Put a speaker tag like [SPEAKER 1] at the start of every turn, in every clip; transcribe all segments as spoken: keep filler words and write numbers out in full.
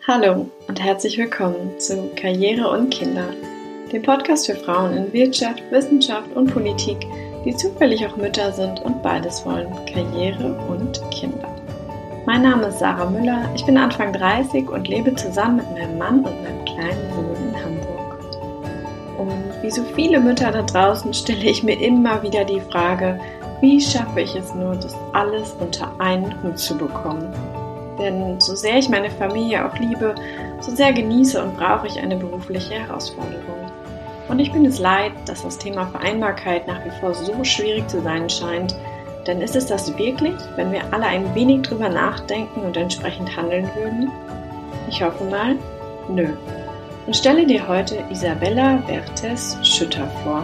[SPEAKER 1] Hallo und herzlich willkommen zu Karriere und Kinder, dem Podcast für Frauen in Wirtschaft, Wissenschaft und Politik, die zufällig auch Mütter sind und beides wollen, Karriere und Kinder. Mein Name ist Sarah Müller, ich bin Anfang dreißig und lebe zusammen mit meinem Mann und meinem kleinen Sohn in Hamburg. Und wie so viele Mütter da draußen stelle ich mir immer wieder die Frage, wie schaffe ich es nur, das alles unter einen Hut zu bekommen? Denn so sehr ich meine Familie auch liebe, so sehr genieße und brauche ich eine berufliche Herausforderung. Und ich bin es leid, dass das Thema Vereinbarkeit nach wie vor so schwierig zu sein scheint. Denn ist es das wirklich, wenn wir alle ein wenig drüber nachdenken und entsprechend handeln würden? Ich hoffe mal, nö. Und stelle dir heute Isabella Vertes Schütter vor.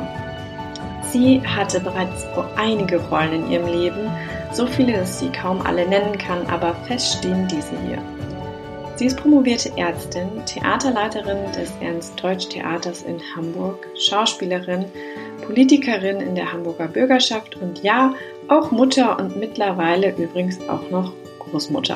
[SPEAKER 1] Sie hatte bereits einige Rollen in ihrem Leben, so viele, dass sie kaum alle nennen kann, aber fest stehen diese hier. Sie ist promovierte Ärztin, Theaterleiterin des Ernst-Deutsch-Theaters in Hamburg, Schauspielerin, Politikerin in der Hamburger Bürgerschaft und ja, auch Mutter und mittlerweile übrigens auch noch Großmutter.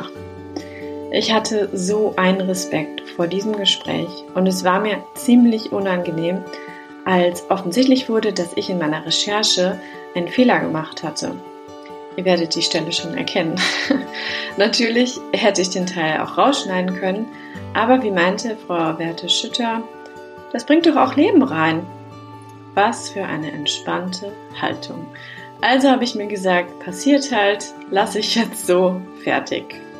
[SPEAKER 1] Ich hatte so einen Respekt vor diesem Gespräch und es war mir ziemlich unangenehm, als offensichtlich wurde, dass ich in meiner Recherche einen Fehler gemacht hatte. Ihr werdet die Stelle schon erkennen. Natürlich hätte ich den Teil auch rausschneiden können, aber wie meinte Frau Vertes Schütter, das bringt doch auch Leben rein. Was für eine entspannte Haltung. Also habe ich mir gesagt, passiert halt, lasse ich jetzt so, fertig.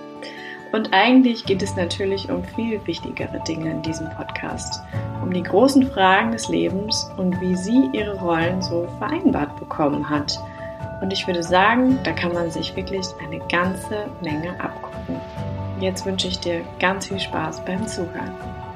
[SPEAKER 1] Und eigentlich geht es natürlich um viel wichtigere Dinge in diesem Podcast. Um die großen Fragen des Lebens und wie sie ihre Rollen so vereinbart bekommen hat. Und ich würde sagen, da kann man sich wirklich eine ganze Menge abgucken. Jetzt wünsche ich dir ganz viel Spaß beim Zuhören.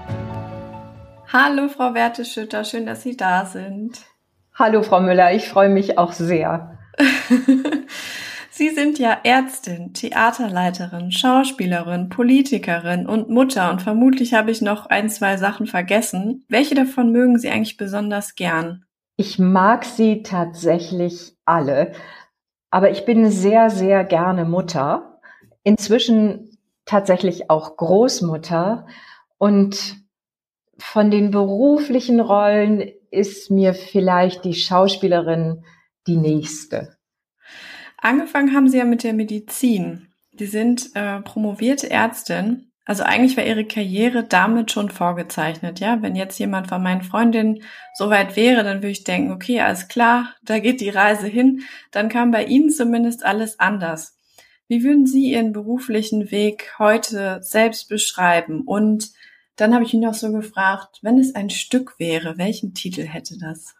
[SPEAKER 1] Hallo Frau Vertes Schütter, schön, dass Sie da sind.
[SPEAKER 2] Hallo Frau Müller, ich freue mich auch sehr.
[SPEAKER 1] Sie sind ja Ärztin, Theaterleiterin, Schauspielerin, Politikerin und Mutter und vermutlich habe ich noch ein, zwei Sachen vergessen. Welche davon mögen Sie eigentlich besonders gern?
[SPEAKER 2] Ich mag sie tatsächlich alle, aber ich bin sehr, sehr gerne Mutter. Inzwischen tatsächlich auch Großmutter und von den beruflichen Rollen ist mir vielleicht die Schauspielerin die nächste.
[SPEAKER 1] Angefangen haben Sie ja mit der Medizin. Sie sind äh, promovierte Ärztin. Also eigentlich war Ihre Karriere damit schon vorgezeichnet. Ja, wenn jetzt jemand von meinen Freundinnen so weit wäre, dann würde ich denken, okay, alles klar, da geht die Reise hin. Dann kam bei Ihnen zumindest alles anders. Wie würden Sie Ihren beruflichen Weg heute selbst beschreiben? Und dann habe ich ihn noch so gefragt, wenn es ein Stück wäre, welchen Titel hätte das?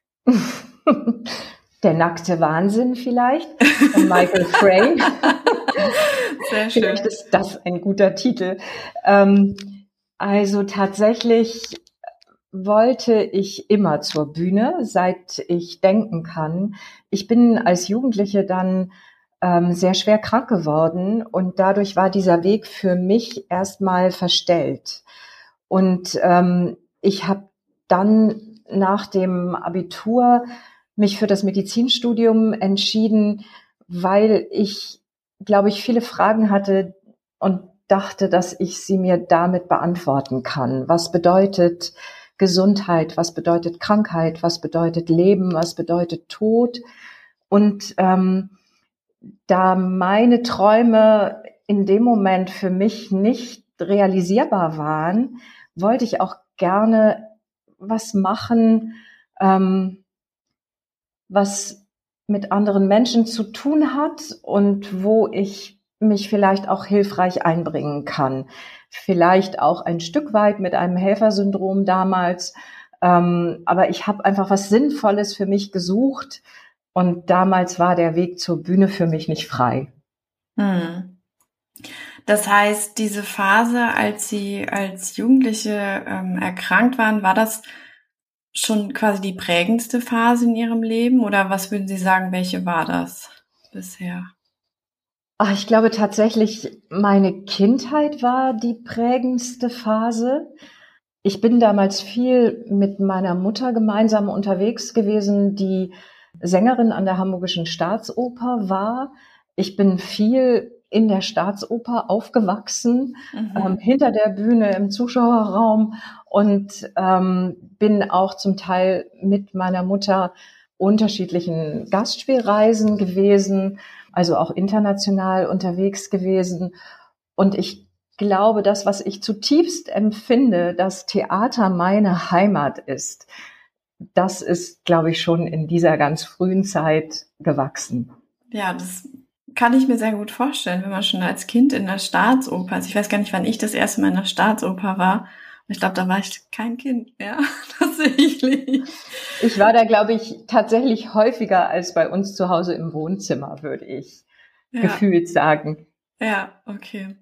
[SPEAKER 2] Der nackte Wahnsinn vielleicht von Michael Frayn.
[SPEAKER 1] Sehr schön.
[SPEAKER 2] Vielleicht ist das ein guter Titel. Ähm, also tatsächlich wollte ich immer zur Bühne, seit ich denken kann. Ich bin als Jugendliche dann ähm, sehr schwer krank geworden und dadurch war dieser Weg für mich erstmal verstellt. Und ähm, ich habe dann nach dem Abitur mich für das Medizinstudium entschieden, weil ich, glaube ich, viele Fragen hatte und dachte, dass ich sie mir damit beantworten kann. Was bedeutet Gesundheit? Was bedeutet Krankheit? Was bedeutet Leben? Was bedeutet Tod? Und ähm, da meine Träume in dem Moment für mich nicht realisierbar waren, wollte ich auch gerne was machen, ähm, was mit anderen Menschen zu tun hat und wo ich mich vielleicht auch hilfreich einbringen kann. Vielleicht auch ein Stück weit mit einem Helfersyndrom damals. Ähm, aber ich habe einfach was Sinnvolles für mich gesucht und damals war der Weg zur Bühne für mich nicht frei.
[SPEAKER 1] Hm. Das heißt, diese Phase, als Sie als Jugendliche ähm, erkrankt waren, war das schon quasi die prägendste Phase in Ihrem Leben? Oder was würden Sie sagen, welche war das bisher?
[SPEAKER 2] Ach, ich glaube tatsächlich, meine Kindheit war die prägendste Phase. Ich bin damals viel mit meiner Mutter gemeinsam unterwegs gewesen, die Sängerin an der Hamburgischen Staatsoper war. Ich bin viel in der Staatsoper aufgewachsen,
[SPEAKER 1] Mhm.
[SPEAKER 2] ähm, hinter der Bühne im Zuschauerraum und ähm, bin auch zum Teil mit meiner Mutter unterschiedlichen Gastspielreisen gewesen, also auch international unterwegs gewesen. Und ich glaube, das, was ich zutiefst empfinde, dass Theater meine Heimat ist, das ist, glaube ich, schon in dieser ganz frühen Zeit gewachsen.
[SPEAKER 1] Ja, das kann ich mir sehr gut vorstellen, wenn man schon als Kind in der Staatsoper, also ich weiß gar nicht, wann ich das erste Mal in der Staatsoper war. Ich glaube, da war ich kein Kind mehr, tatsächlich.
[SPEAKER 2] Ich war da, glaube ich, tatsächlich häufiger als bei uns zu Hause im Wohnzimmer, würde ich
[SPEAKER 1] Ja.
[SPEAKER 2] gefühlt sagen.
[SPEAKER 1] Ja, okay.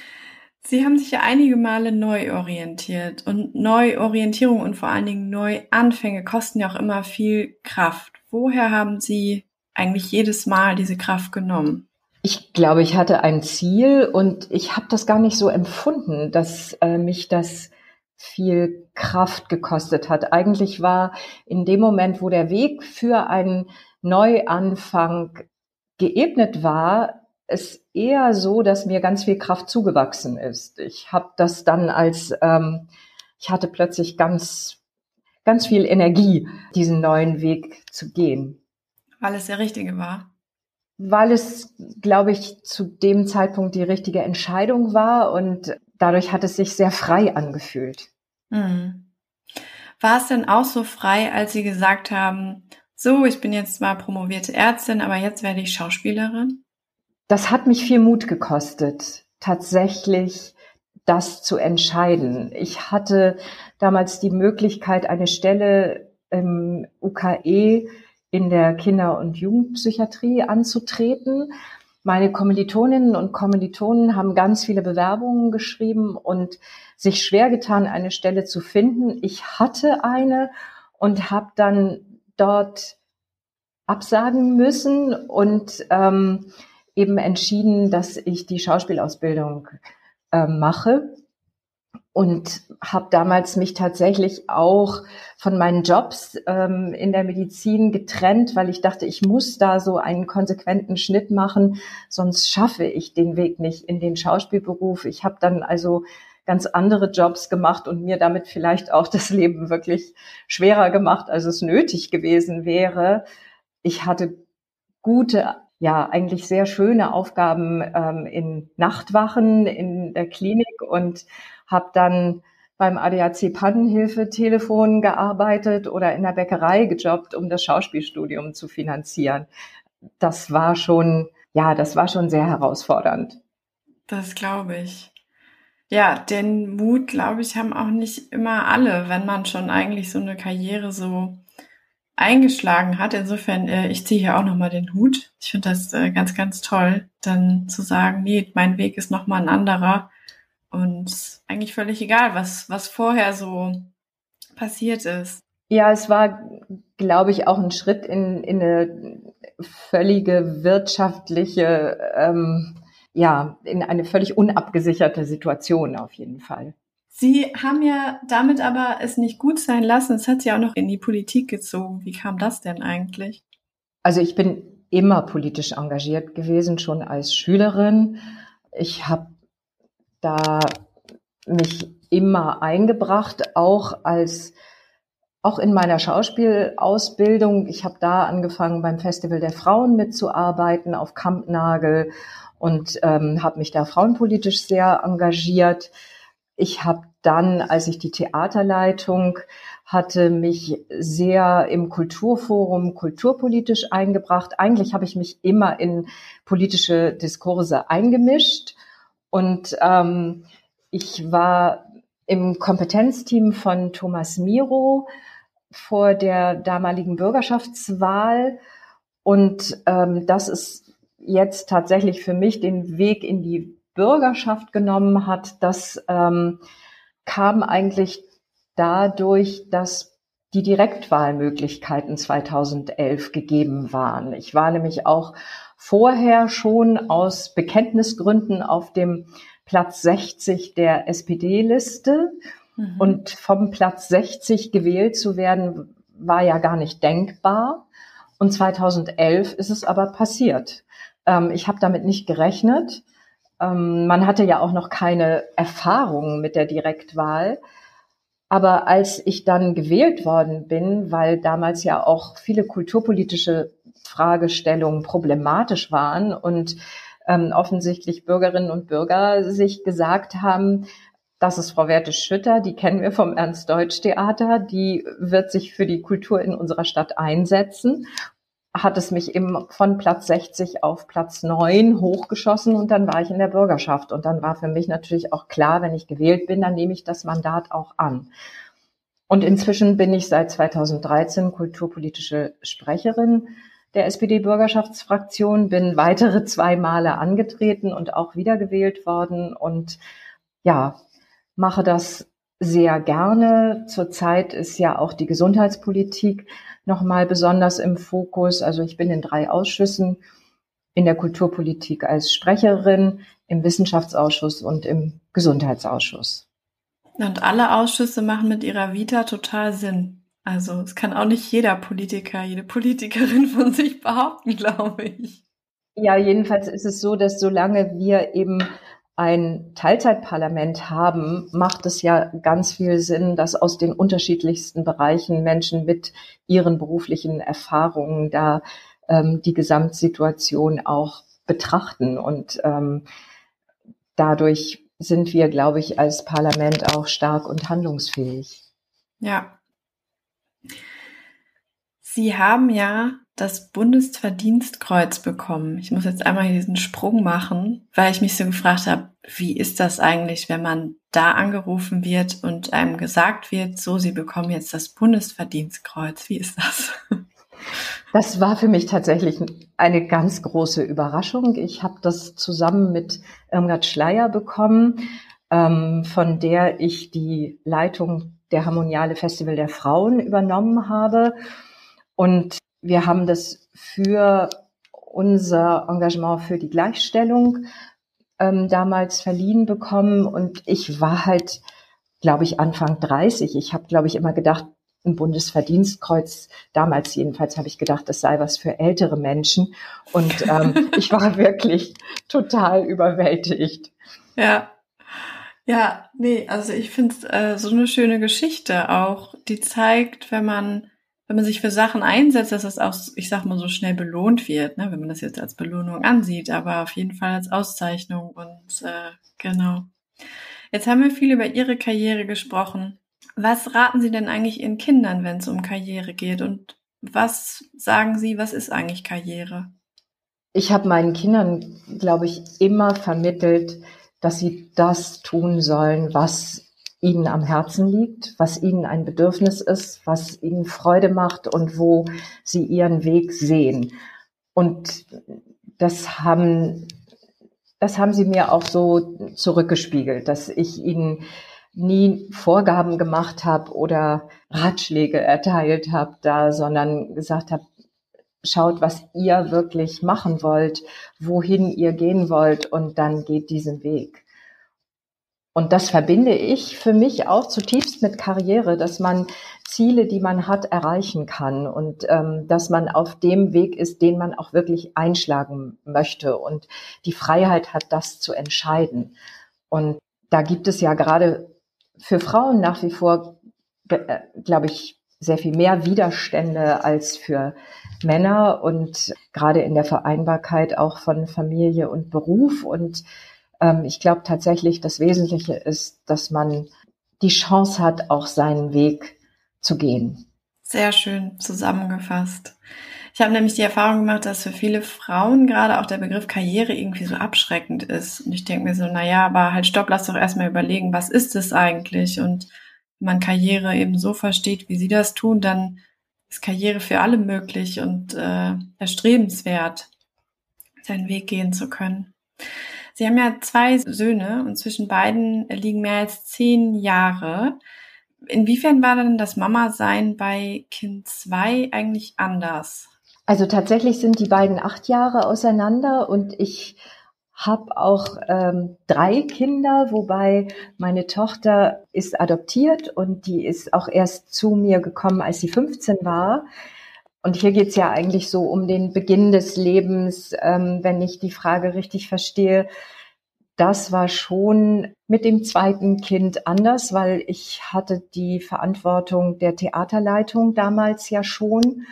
[SPEAKER 1] Sie haben sich ja einige Male neu orientiert und Neuorientierung und vor allen Dingen Neuanfänge kosten ja auch immer viel Kraft. Woher haben Sie eigentlich jedes Mal diese Kraft genommen?
[SPEAKER 2] Ich glaube, ich hatte ein Ziel und ich habe das gar nicht so empfunden, dass äh, mich das viel Kraft gekostet hat. Eigentlich war in dem Moment, wo der Weg für einen Neuanfang geebnet war, es eher so, dass mir ganz viel Kraft zugewachsen ist. Ich habe das dann als, ähm, ich hatte plötzlich ganz, ganz viel Energie, diesen neuen Weg zu gehen.
[SPEAKER 1] Weil es der richtige war?
[SPEAKER 2] Weil es, glaube ich, zu dem Zeitpunkt die richtige Entscheidung war und dadurch hat es sich sehr frei angefühlt.
[SPEAKER 1] Hm. War es denn auch so frei, als Sie gesagt haben, so, ich bin jetzt zwar promovierte Ärztin, aber jetzt werde ich Schauspielerin?
[SPEAKER 2] Das hat mich viel Mut gekostet, tatsächlich das zu entscheiden. Ich hatte damals die Möglichkeit, eine Stelle im U K E in der Kinder- und Jugendpsychiatrie anzutreten. Meine Kommilitoninnen und Kommilitonen haben ganz viele Bewerbungen geschrieben und sich schwer getan, eine Stelle zu finden. Ich hatte eine und habe dann dort absagen müssen und ähm, eben entschieden, dass ich die Schauspielausbildung äh, mache. Und habe damals mich tatsächlich auch von meinen Jobs ähm, in der Medizin getrennt, weil ich dachte, ich muss da so einen konsequenten Schnitt machen, sonst schaffe ich den Weg nicht in den Schauspielberuf. Ich habe dann also ganz andere Jobs gemacht und mir damit vielleicht auch das Leben wirklich schwerer gemacht, als es nötig gewesen wäre. Ich hatte gute, ja, eigentlich sehr schöne Aufgaben ähm, in Nachtwachen in der Klinik und habe dann beim A D A C-Pannenhilfe-Telefon gearbeitet oder in der Bäckerei gejobbt, um das Schauspielstudium zu finanzieren. Das war schon, ja, das war schon sehr herausfordernd.
[SPEAKER 1] Das glaube ich. Ja, den Mut, glaube ich, haben auch nicht immer alle, wenn man schon eigentlich so eine Karriere so eingeschlagen hat. Insofern, äh, ich ziehe hier auch nochmal den Hut. Ich finde das äh, ganz, ganz toll, dann zu sagen, nee, mein Weg ist nochmal ein anderer. Und eigentlich völlig egal, was, was vorher so passiert ist.
[SPEAKER 2] Ja, es war, glaube ich, auch ein Schritt in, in eine völlige wirtschaftliche, ähm, ja, in eine völlig unabgesicherte Situation auf jeden Fall.
[SPEAKER 1] Sie haben ja damit aber es nicht gut sein lassen. Es hat Sie auch noch in die Politik gezogen. Wie kam das denn eigentlich?
[SPEAKER 2] Also ich bin immer politisch engagiert gewesen, schon als Schülerin. Ich habe da mich immer eingebracht, auch als auch in meiner Schauspielausbildung. Ich habe da angefangen, beim Festival der Frauen mitzuarbeiten auf Kampnagel und ähm, habe mich da frauenpolitisch sehr engagiert. Ich habe dann, als ich die Theaterleitung hatte, mich sehr im Kulturforum kulturpolitisch eingebracht. Eigentlich habe ich mich immer in politische Diskurse eingemischt und ähm, ich war im Kompetenzteam von Thomas Miro vor der damaligen Bürgerschaftswahl und ähm, das ist jetzt tatsächlich für mich den Weg in die Bürgerschaft genommen hat. Das ähm, kam eigentlich dadurch, dass die Direktwahlmöglichkeiten zweitausendelf gegeben waren. Ich war nämlich auch vorher schon aus Bekenntnisgründen auf dem Platz sechzig der S P D-Liste. Mhm. Und vom Platz sechzig gewählt zu werden, war ja gar nicht denkbar. Und zweitausendelf ist es aber passiert. Ähm, ich habe damit nicht gerechnet. Ähm, man hatte ja auch noch keine Erfahrung mit der Direktwahl. Aber als ich dann gewählt worden bin, weil damals ja auch viele kulturpolitische Fragestellungen problematisch waren und ähm, offensichtlich Bürgerinnen und Bürger sich gesagt haben, das ist Frau Werthe-Schütter, die kennen wir vom Ernst-Deutsch-Theater, die wird sich für die Kultur in unserer Stadt einsetzen, hat es mich eben von Platz sechzig auf Platz neun hochgeschossen und dann war ich in der Bürgerschaft. Und dann war für mich natürlich auch klar, wenn ich gewählt bin, dann nehme ich das Mandat auch an. Und inzwischen bin ich seit zweitausenddreizehn kulturpolitische Sprecherin der S P D-Bürgerschaftsfraktion, bin weitere zwei Male angetreten und auch wiedergewählt worden und ja, mache das sehr gerne. Zurzeit ist ja auch die Gesundheitspolitik nochmal besonders im Fokus. Also ich bin in drei Ausschüssen, in der Kulturpolitik als Sprecherin, im Wissenschaftsausschuss und im Gesundheitsausschuss.
[SPEAKER 1] Und alle Ausschüsse machen mit ihrer Vita total Sinn. Also es kann auch nicht jeder Politiker, jede Politikerin von sich behaupten, glaube ich.
[SPEAKER 2] Ja, jedenfalls ist es so, dass solange wir eben ein Teilzeitparlament haben, macht es ja ganz viel Sinn, dass aus den unterschiedlichsten Bereichen Menschen mit ihren beruflichen Erfahrungen da ähm, die Gesamtsituation auch betrachten. Und ähm, dadurch sind wir, glaube ich, als Parlament auch stark und handlungsfähig.
[SPEAKER 1] Ja. Sie haben ja das Bundesverdienstkreuz bekommen. Ich muss jetzt einmal hier diesen Sprung machen, weil ich mich so gefragt habe, wie ist das eigentlich, wenn man da angerufen wird und einem gesagt wird, so, Sie bekommen jetzt das Bundesverdienstkreuz. Wie ist das?
[SPEAKER 2] Das war für mich tatsächlich eine ganz große Überraschung. Ich habe das zusammen mit Irmgard Schleyer bekommen, ähm, von der ich die Leitung der Harmoniale Festival der Frauen übernommen habe. Und wir haben das für unser Engagement für die Gleichstellung ähm, damals verliehen bekommen. Und ich war halt, glaube ich, Anfang dreißig. Ich habe, glaube ich, immer gedacht, ein Bundesverdienstkreuz, damals jedenfalls habe ich gedacht, das sei was für ältere Menschen. Und ähm, ich war wirklich total überwältigt.
[SPEAKER 1] Ja, ja, nee, also ich finde es äh, so eine schöne Geschichte auch, die zeigt, wenn man wenn man sich für Sachen einsetzt, dass das auch, ich sag mal, so schnell belohnt wird, ne, wenn man das jetzt als Belohnung ansieht, aber auf jeden Fall als Auszeichnung und äh, genau. Jetzt haben wir viel über Ihre Karriere gesprochen. Was raten Sie denn eigentlich Ihren Kindern, wenn es um Karriere geht? Und was sagen Sie, was ist eigentlich Karriere?
[SPEAKER 2] Ich habe meinen Kindern, glaube ich, immer vermittelt, dass sie das tun sollen, was ihnen am Herzen liegt, was ihnen ein Bedürfnis ist, was ihnen Freude macht und wo sie ihren Weg sehen. Und das haben, das haben sie mir auch so zurückgespiegelt, dass ich ihnen nie Vorgaben gemacht habe oder Ratschläge erteilt habe da, sondern gesagt habe, schaut, was ihr wirklich machen wollt, wohin ihr gehen wollt und dann geht diesen Weg. Und das verbinde ich für mich auch zutiefst mit Karriere, dass man Ziele, die man hat, erreichen kann und ähm, dass man auf dem Weg ist, den man auch wirklich einschlagen möchte und die Freiheit hat, das zu entscheiden. Und da gibt es ja gerade für Frauen nach wie vor, äh, glaube ich, sehr viel mehr Widerstände als für Männer und gerade in der Vereinbarkeit auch von Familie und Beruf. Und ähm, ich glaube tatsächlich, das Wesentliche ist, dass man die Chance hat, auch seinen Weg zu gehen.
[SPEAKER 1] Sehr schön zusammengefasst. Ich habe nämlich die Erfahrung gemacht, dass für viele Frauen gerade auch der Begriff Karriere irgendwie so abschreckend ist. Und ich denke mir so, naja, aber halt stopp, lass doch erstmal überlegen, was ist es eigentlich? Und wenn man Karriere eben so versteht, wie Sie das tun, dann ist Karriere für alle möglich und äh, erstrebenswert, seinen Weg gehen zu können. Sie haben ja zwei Söhne und zwischen beiden liegen mehr als zehn Jahre. Inwiefern war denn das Mama-Sein bei Kind zwei eigentlich anders?
[SPEAKER 2] Also tatsächlich sind die beiden acht Jahre auseinander und ich habe auch ähm, drei Kinder, wobei meine Tochter ist adoptiert und die ist auch erst zu mir gekommen, als sie fünfzehn war. Und hier geht's ja eigentlich so um den Beginn des Lebens, ähm, wenn ich die Frage richtig verstehe. das war schon mit dem zweiten Kind anders, weil ich hatte die Verantwortung der Theaterleitung damals ja schon.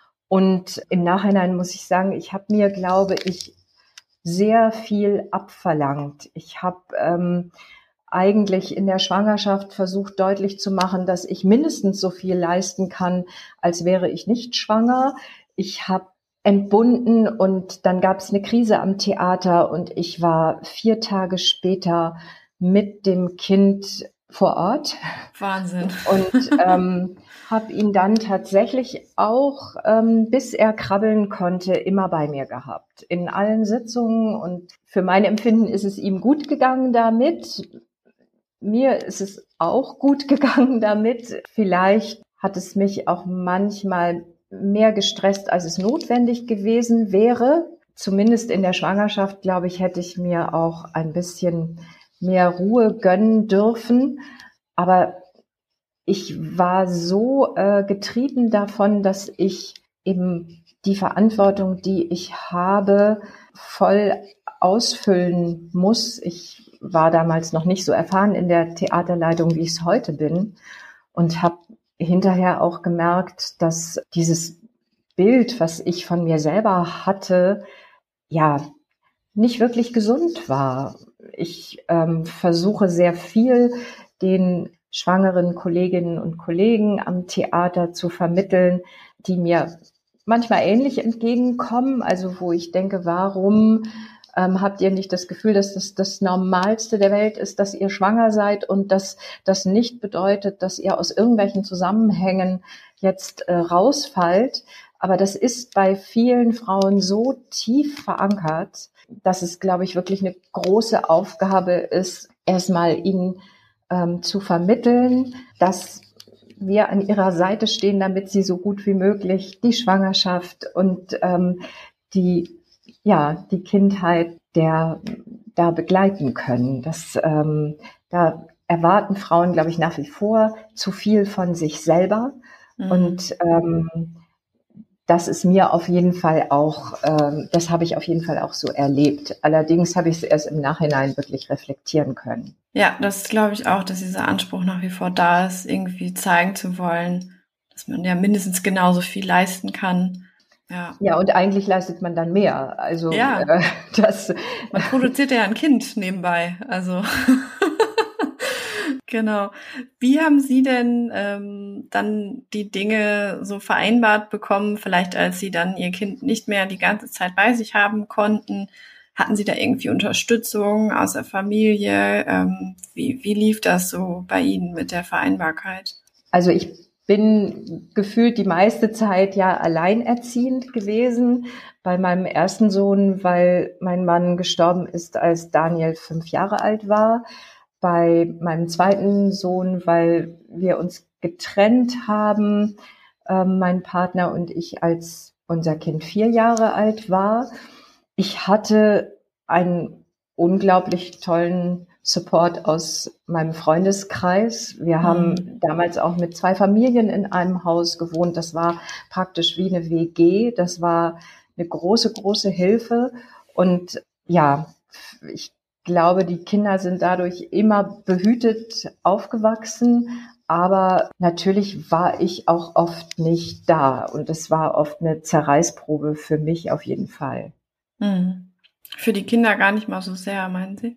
[SPEAKER 2] Und im Nachhinein muss ich sagen, ich habe mir, glaube ich, sehr viel abverlangt. Ich habe ähm, eigentlich in der Schwangerschaft versucht deutlich zu machen, dass ich mindestens so viel leisten kann, als wäre ich nicht schwanger. Ich habe entbunden und dann gab es eine Krise am Theater und ich war vier Tage später mit dem Kind vor Ort.
[SPEAKER 1] Wahnsinn.
[SPEAKER 2] Und ähm, habe ihn dann tatsächlich auch, ähm, bis er krabbeln konnte, immer bei mir gehabt. In allen Sitzungen, und für mein Empfinden ist es ihm gut gegangen damit. Mir ist es auch gut gegangen damit. Vielleicht hat es mich auch manchmal mehr gestresst, als es notwendig gewesen wäre. Zumindest in der Schwangerschaft, glaube ich, hätte ich mir auch ein bisschen mehr Ruhe gönnen dürfen. Aber ich war so äh, getrieben davon, dass ich eben die Verantwortung, die ich habe, voll ausfüllen muss. Ich war damals noch nicht so erfahren in der Theaterleitung, wie ich es heute bin, und habe hinterher auch gemerkt, dass dieses Bild, was ich von mir selber hatte, ja, nicht wirklich gesund war. Ich ähm, versuche sehr viel, den schwangeren Kolleginnen und Kollegen am Theater zu vermitteln, die mir manchmal ähnlich entgegenkommen, also wo ich denke, warum ähm, habt ihr nicht das Gefühl, dass das das Normalste der Welt ist, dass ihr schwanger seid und dass das nicht bedeutet, dass ihr aus irgendwelchen Zusammenhängen jetzt äh, rausfallt. Aber das ist bei vielen Frauen so tief verankert, dass es, glaube ich, wirklich eine große Aufgabe ist, erstmal ihnen ähm, zu vermitteln, dass wir an ihrer Seite stehen, damit sie so gut wie möglich die Schwangerschaft und ähm, die, ja, die Kindheit der da begleiten können. Das, ähm, da erwarten Frauen, glaube ich, nach wie vor zu viel von sich selber. Mhm. Und ähm, das ist mir auf jeden Fall auch, ähm, das habe ich auf jeden Fall auch so erlebt. Allerdings habe ich es erst im Nachhinein wirklich reflektieren können.
[SPEAKER 1] Ja, das glaube ich auch, dass dieser Anspruch nach wie vor da ist, irgendwie zeigen zu wollen, dass man ja mindestens genauso viel leisten kann. Ja,
[SPEAKER 2] ja, und eigentlich leistet man dann mehr. Also
[SPEAKER 1] ja.
[SPEAKER 2] äh, das.
[SPEAKER 1] Man produziert ja ein Kind nebenbei. Also genau. Wie haben Sie denn ähm, dann die Dinge so vereinbart bekommen, vielleicht als Sie dann Ihr Kind nicht mehr die ganze Zeit bei sich haben konnten? Hatten Sie da irgendwie Unterstützung aus der Familie? Ähm, wie, wie lief das so bei Ihnen mit der Vereinbarkeit?
[SPEAKER 2] Also ich bin gefühlt die meiste Zeit ja alleinerziehend gewesen bei meinem ersten Sohn, weil mein Mann gestorben ist, als Daniel fünf Jahre alt war. Bei meinem zweiten Sohn, weil wir uns getrennt haben, äh, mein Partner und ich, als unser Kind vier Jahre alt war. Ich hatte einen unglaublich tollen Support aus meinem Freundeskreis. Wir mhm. haben damals auch mit zwei Familien in einem Haus gewohnt. Das war praktisch wie eine W G. Das war eine große, große Hilfe. Und ja, ich glaube, die Kinder sind dadurch immer behütet aufgewachsen. Aber natürlich war ich auch oft nicht da. Und es war oft eine Zerreißprobe für mich auf jeden Fall.
[SPEAKER 1] Mhm. Für die Kinder gar nicht mal so sehr, meinen Sie?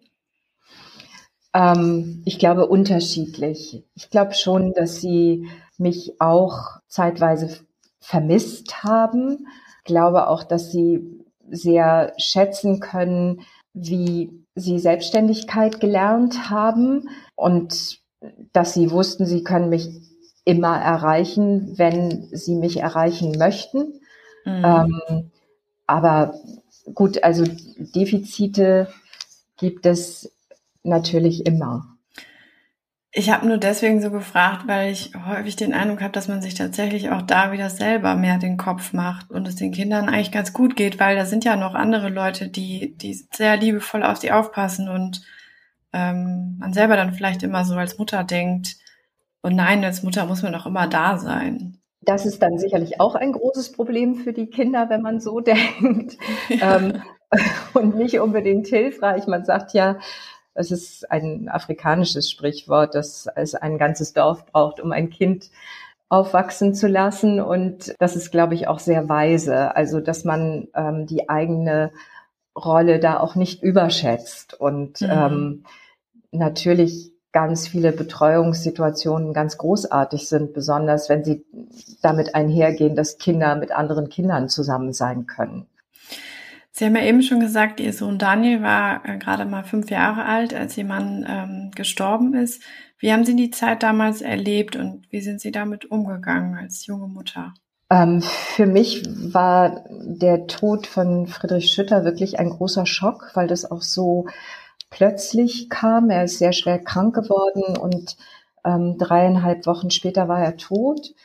[SPEAKER 2] Ähm, ich glaube unterschiedlich. Ich glaube schon, dass sie mich auch zeitweise vermisst haben. Ich glaube auch, dass sie sehr schätzen können, wie sie Selbstständigkeit gelernt haben und dass sie wussten, sie können mich immer erreichen, wenn sie mich erreichen möchten. Mhm. Ähm, aber gut, also Defizite gibt es natürlich immer.
[SPEAKER 1] Ich habe nur deswegen so gefragt, weil ich häufig den Eindruck habe, dass man sich tatsächlich auch da wieder selber mehr den Kopf macht und es den Kindern eigentlich ganz gut geht, weil da sind ja noch andere Leute, die die sehr liebevoll auf sie aufpassen und ähm, man selber dann vielleicht immer so als Mutter denkt, und nein, als Mutter muss man doch immer da sein.
[SPEAKER 2] Das ist dann sicherlich auch ein großes Problem für die Kinder, wenn man so denkt. Ja. Ähm, und nicht unbedingt hilfreich. Man sagt ja, es ist ein afrikanisches Sprichwort, dass es ein ganzes Dorf braucht, um ein Kind aufwachsen zu lassen. Und das ist, glaube ich, auch sehr weise. Also, dass man ähm, die eigene Rolle da auch nicht überschätzt und mhm. ähm, natürlich ganz viele Betreuungssituationen ganz großartig sind, besonders wenn sie damit einhergehen, dass Kinder mit anderen Kindern zusammen sein können.
[SPEAKER 1] Sie haben ja eben schon gesagt, Ihr Sohn Daniel war äh, gerade mal fünf Jahre alt, als Ihr Mann ähm, gestorben ist. Wie haben Sie die Zeit damals erlebt und wie sind Sie damit umgegangen als junge Mutter?
[SPEAKER 2] Ähm, für mich war der Tod von Friedrich Schütter wirklich ein großer Schock, weil das auch so plötzlich kam. Er ist sehr schwer krank geworden und ähm, dreieinhalb Wochen später war er tot.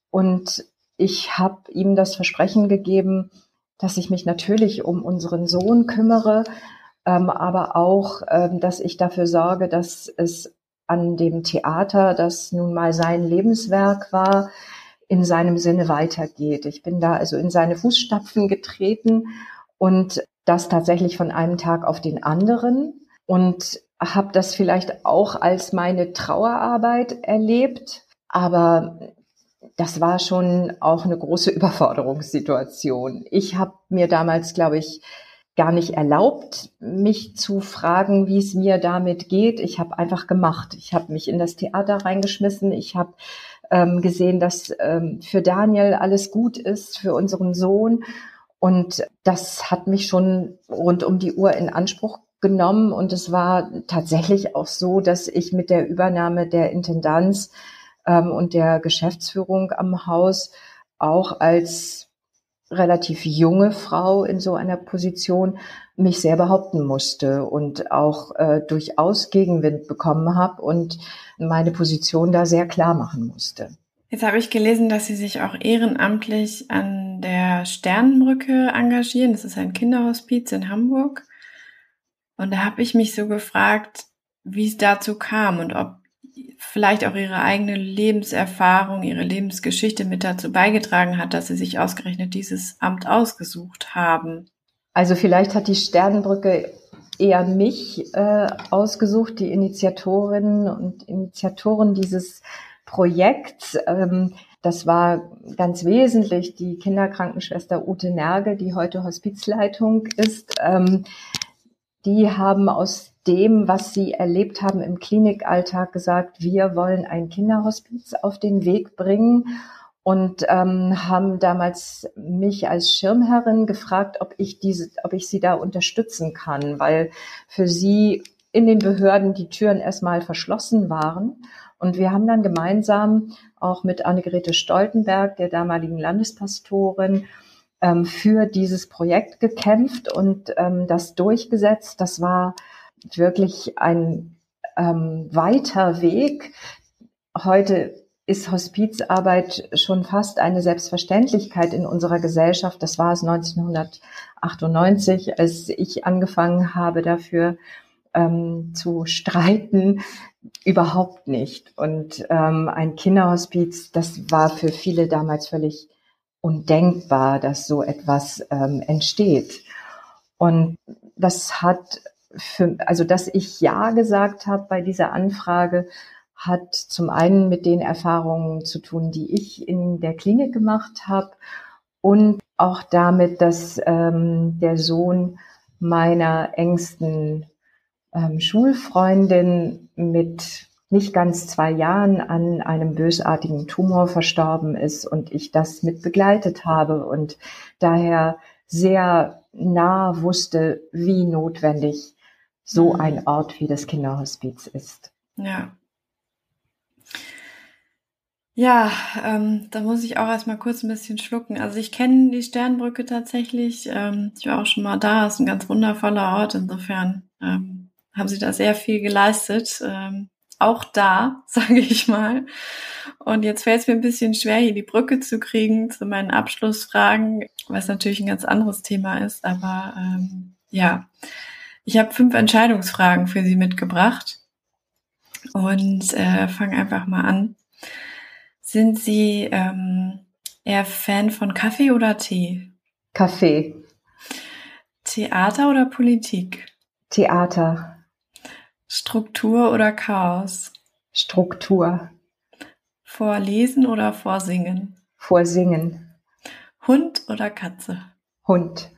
[SPEAKER 2] Und ich habe ihm das Versprechen gegeben, dass ich mich natürlich um unseren Sohn kümmere, ähm, aber auch, ähm, dass ich dafür sorge, dass es an dem Theater, das nun mal sein Lebenswerk war, in seinem Sinne weitergeht. Ich bin da also in seine Fußstapfen getreten und das tatsächlich von einem Tag auf den anderen und habe das vielleicht auch als meine Trauerarbeit erlebt, aber das war schon auch eine große Überforderungssituation. Ich habe mir damals, glaube ich, gar nicht erlaubt, mich zu fragen, wie es mir damit geht. Ich habe einfach gemacht. Ich habe mich in das Theater reingeschmissen. Ich habe ähm, gesehen, dass ähm, für Daniel alles gut ist, für unseren Sohn. Und das hat mich schon rund um die Uhr in Anspruch genommen. Und es war tatsächlich auch so, dass ich mit der Übernahme der Intendanz ähm, und der Geschäftsführung am Haus auch als relativ junge Frau in so einer Position mich sehr behaupten musste und auch äh, durchaus Gegenwind bekommen habe und meine Position da sehr klar machen musste.
[SPEAKER 1] Jetzt habe ich gelesen, dass Sie sich auch ehrenamtlich an der Sternenbrücke engagieren. Das ist ein Kinderhospiz in Hamburg. Und da habe ich mich so gefragt, wie es dazu kam und ob vielleicht auch Ihre eigene Lebenserfahrung, Ihre Lebensgeschichte mit dazu beigetragen hat, dass Sie sich ausgerechnet dieses Amt ausgesucht haben.
[SPEAKER 2] Also vielleicht hat die Sternenbrücke eher mich äh, ausgesucht, die Initiatorinnen und Initiatoren dieses Projekts. Ähm, das war ganz wesentlich die Kinderkrankenschwester Ute Nerge, die heute Hospizleitung ist. Ähm, die haben aus dem, was sie erlebt haben im Klinikalltag, gesagt, wir wollen ein Kinderhospiz auf den Weg bringen und ähm, haben damals mich als Schirmherrin gefragt, ob ich diese, ob ich sie da unterstützen kann, weil für sie in den Behörden die Türen erstmal verschlossen waren. Und wir haben dann gemeinsam auch mit Annegrethe Stoltenberg, der damaligen Landespastorin, für dieses Projekt gekämpft und ähm, das durchgesetzt. Das war wirklich ein ähm, weiter Weg. Heute ist Hospizarbeit schon fast eine Selbstverständlichkeit in unserer Gesellschaft. Das war es neunzehnhundertachtundneunzig, als ich angefangen habe, dafür ähm, zu streiten, überhaupt nicht. Und ähm, ein Kinderhospiz, das war für viele damals völlig undenkbar, dass so etwas ähm, entsteht. Und das hat für, also dass ich Ja gesagt habe bei dieser Anfrage, hat zum einen mit den Erfahrungen zu tun, die ich in der Klinik gemacht habe und auch damit, dass ähm, der Sohn meiner engsten ähm, Schulfreundin mit nicht ganz zwei Jahren an einem bösartigen Tumor verstorben ist und ich das mit begleitet habe und daher sehr nah wusste, wie notwendig so ein Ort wie das Kinderhospiz ist.
[SPEAKER 1] Ja. Ja, ähm, da muss ich auch erstmal kurz ein bisschen schlucken. Also ich kenne die Sternbrücke tatsächlich. Ähm, ich war auch schon mal da. Ist ein ganz wundervoller Ort. Insofern ähm, haben sie da sehr viel geleistet. Ähm, auch da, sage ich mal. Und jetzt fällt es mir ein bisschen schwer, hier die Brücke zu kriegen zu meinen Abschlussfragen, was natürlich ein ganz anderes Thema ist. Aber ähm, ja, ich habe fünf Entscheidungsfragen für Sie mitgebracht und äh, fange einfach mal an. Sind Sie ähm, eher Fan von Kaffee oder Tee?
[SPEAKER 2] Kaffee.
[SPEAKER 1] Theater oder Politik?
[SPEAKER 2] Theater.
[SPEAKER 1] Struktur oder Chaos?
[SPEAKER 2] Struktur.
[SPEAKER 1] Vorlesen oder vorsingen?
[SPEAKER 2] Vorsingen.
[SPEAKER 1] Hund oder Katze?
[SPEAKER 2] Hund.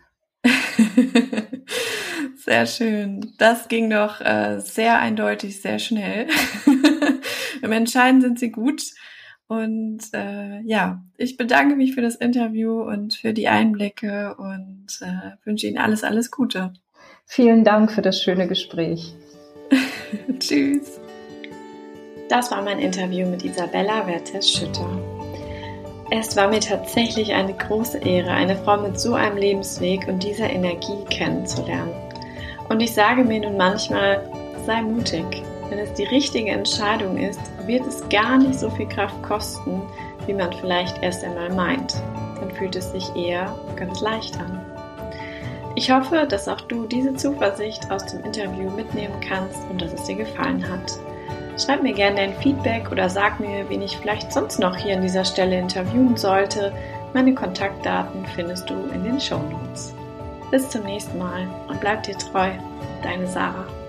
[SPEAKER 1] Sehr schön. Das ging doch äh, sehr eindeutig, sehr schnell. Im Entscheiden sind sie gut. Und äh, ja, ich bedanke mich für das Interview und für die Einblicke und äh, wünsche Ihnen alles, alles Gute.
[SPEAKER 2] Vielen Dank für das schöne Gespräch.
[SPEAKER 1] Tschüss. Das war mein Interview mit Isabella Wertes-Schütter. Es war mir tatsächlich eine große Ehre, eine Frau mit so einem Lebensweg und dieser Energie kennenzulernen. Und ich sage mir nun manchmal, sei mutig. Wenn es die richtige Entscheidung ist, wird es gar nicht so viel Kraft kosten, wie man vielleicht erst einmal meint. Dann fühlt es sich eher ganz leicht an. Ich hoffe, dass auch du diese Zuversicht aus dem Interview mitnehmen kannst und dass es dir gefallen hat. Schreib mir gerne dein Feedback oder sag mir, wen ich vielleicht sonst noch hier an dieser Stelle interviewen sollte. Meine Kontaktdaten findest du in den Shownotes. Bis zum nächsten Mal und bleib dir treu, deine Sarah.